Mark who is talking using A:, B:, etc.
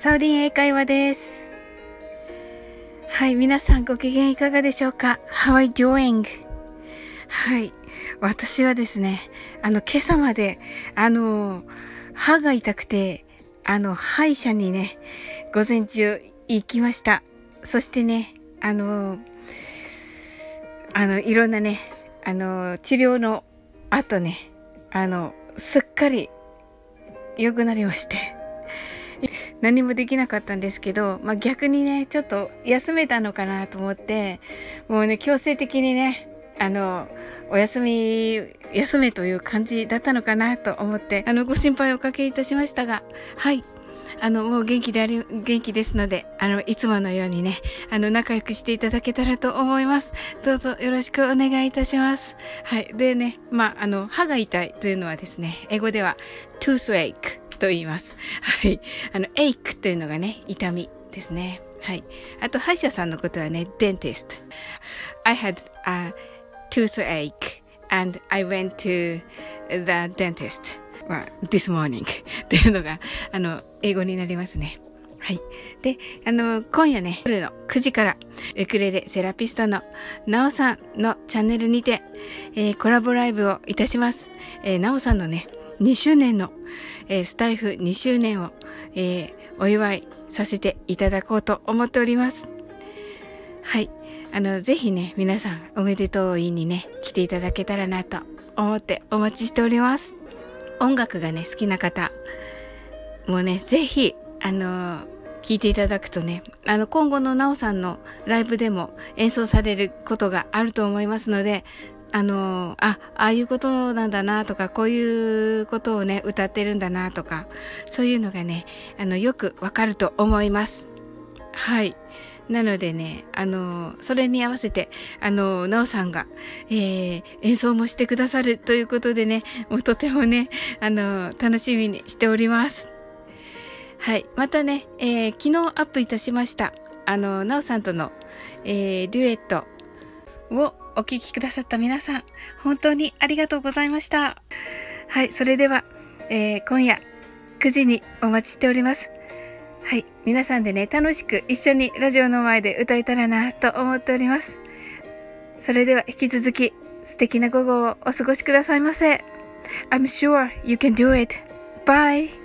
A: サオリン英会話です。はい、皆さんご機嫌いかがでしょうか？ How are you doing? はい、私はですね、今朝まで、歯が痛くて、歯医者にね、午前中行きました。そしてね、いろんなね、治療の後ね、すっかり良くなりまして。何もできなかったんですけど、逆にね、ちょっと休めたのかなと思って、もうね、強制的にね、お休めという感じだったのかなと思って、ご心配をおかけいたしましたが、はい。もう元気ですので、いつものようにね、仲良くしていただけたらと思います。どうぞよろしくお願いいたします。はい。でね、歯が痛いというのはですね、英語では toothacheと言います。はい。ache というのがね、痛みですね。はい。あと、歯医者さんのことはね、dentist. I had a toothache and I went to the dentist.this morning というのが英語になりますね。はい。で、今夜ね、夜の9時からウクレレセラピストのなおさんのチャンネルにて、コラボライブをいたします。なおさんのね、2周年の、スタイフ2周年を、お祝いさせていただこうと思っております。はい。ぜひね、皆さんおめでとういにね、来ていただけたらなと思ってお待ちしております。音楽がね好きな方もうねぜひ聴いていただくとね今後のなおさんのライブでも演奏されることがあると思いますのでああいうことなんだなとかこういうことをね歌ってるんだなとかそういうのがねよくわかると思います。はい。なのでね、それに合わせて、なおさんが、演奏もしてくださるということでね、もうとてもね、楽しみにしております。はい。またね、昨日アップいたしました、なおさんとの、デュエットをお聴きくださった皆さん、本当にありがとうございました。はい。それでは、今夜9時にお待ちしております。はい。皆さんでね、楽しく一緒にラジオの前で歌えたらなと思っております。それでは引き続き素敵な午後をお過ごしくださいませ。I'm sure you can do it. Bye!